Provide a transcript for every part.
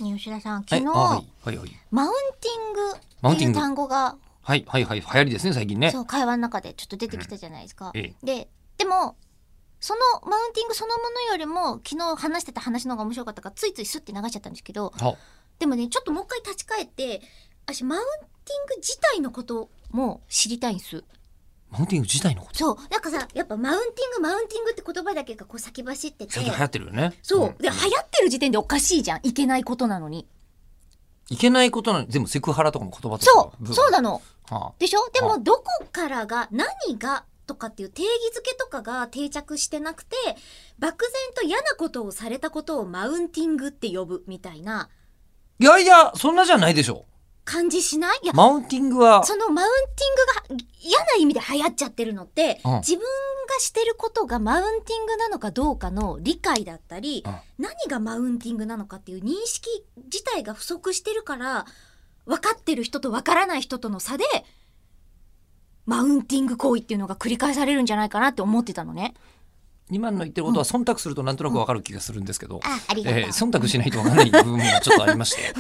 ね、吉田さん、昨日、 はいはいはい、 マウンティングっていう単語がはいはいはい、流行りですね最近ね。 そう、会話の中でちょっと出てきたじゃないですか、 でもそのマウンティングそのものよりも昨日話してた話の方が面白かったからついついスッて流しちゃったんですけど、でもね、ちょっともう一回立ち返って、私マウンティング自体のことも知りたいんです。 マウンティング自体のこと。 そう、なんかさ、やっぱマウンティングって言葉だけがこう先走ってて最近流行ってるよね。 そう、で流行ってる時点でおかしいじゃん。いけないことなのに。 いけないことなのに全部セクハラとかの言葉とか。 そうなの、でしょ。でもどこからが何がとかっていう定義づけとかが定着してなくて、漠然と嫌なことをされたことをマウンティングって呼ぶみたいな。 いやいや、そんなじゃないでしょ。 感じしない？いや、 マウンティングはそのマウンティングが嫌な意味で流行っちゃってるのって、自分がしてることがマウンティングなのかどうかの理解だったり、何がマウンティングなのかっていう認識自体が不足してるから、分かってる人と分からない人との差でマウンティング行為っていうのが繰り返されるんじゃないかなって思ってたのね。 今の言ってることは忖度するとなんとなく分かる気がするんですけど、 ありがとう。 忖度しないと分かんない部分がちょっとありまして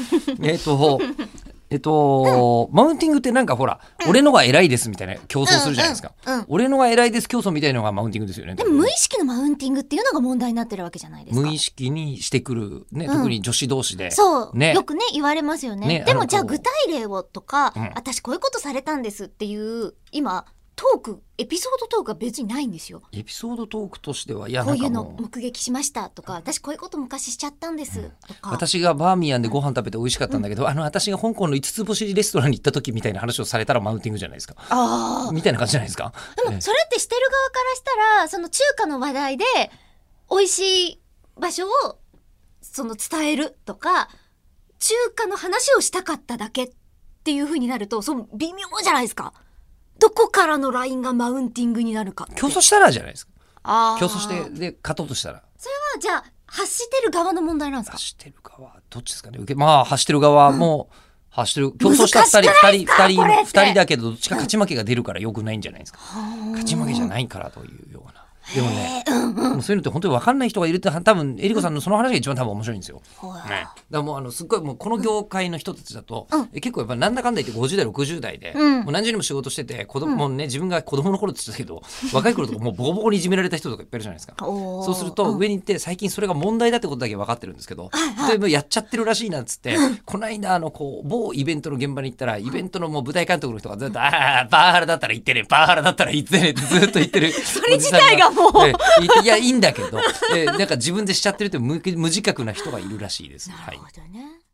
マウンティングってなんかほら、俺のが偉いですみたいな競争するじゃないですか、俺のが偉いです競争みたいなのがマウンティングですよね。 でも無意識のマウンティングっていうのが問題になってるわけじゃないですか。 無意識にしてくる、ね、特に女子同士で、 そう、 ね、 よくね言われますよね。でもじゃあ具体例をとか、私こういうことされたんですっていう今エピソードトークが別にないんですよ。 エピソードトークとしては、いや、こういうの目撃しましたとか、私こういうこと昔しちゃったんですとか、 私がバーミヤンでご飯食べて美味しかったんだけど、私が香港の5つ星レストランに行った時みたいな話をされたらマウンティングじゃないですか。みたいな感じじゃないですか。 でもそれってしてる側からしたら、その中華の話題で美味しい場所をその伝えるとか、中華の話をしたかっただけっていう風になると、その微妙じゃないですか。どこからのラインがマウンティングになるか。 競争したらじゃないですか。競争してで勝とうとしたら。 それはじゃあ発してる側の問題なんですか。 発してる側どっちですかね。発してる側も、発してる競争した2人だけど、どっちか勝ち負けが出るから良くないんじゃないですか。勝ち負けじゃないからというような。でもね、もうそういうのって本当に分かんない人がいるって、多分エリコさんのその話が一番多分面白いんですよ。だからもうすっごいもうこの業界の人たちだと、結構やっぱなんだかんだ言って50代60代で、もう何十年も仕事してて、子供もね、自分が子供の頃って言ってたけど、若い頃とかもうボコボコにいじめられた人とかいっぱいいるじゃないですか。そうすると上に行って最近それが問題だってことだけ分かってるんですけど、でもやっちゃってるらしいなっつって、この間某イベントの現場に行ったら、イベントのもう舞台監督の人がずっとパワハラだったら言ってね、パワハラだったら言ってねってずっと言ってる。 それ自体がもういやいいんだけど、なんか自分でしちゃってるって無自覚な人がいるらしいです。 なるほどね。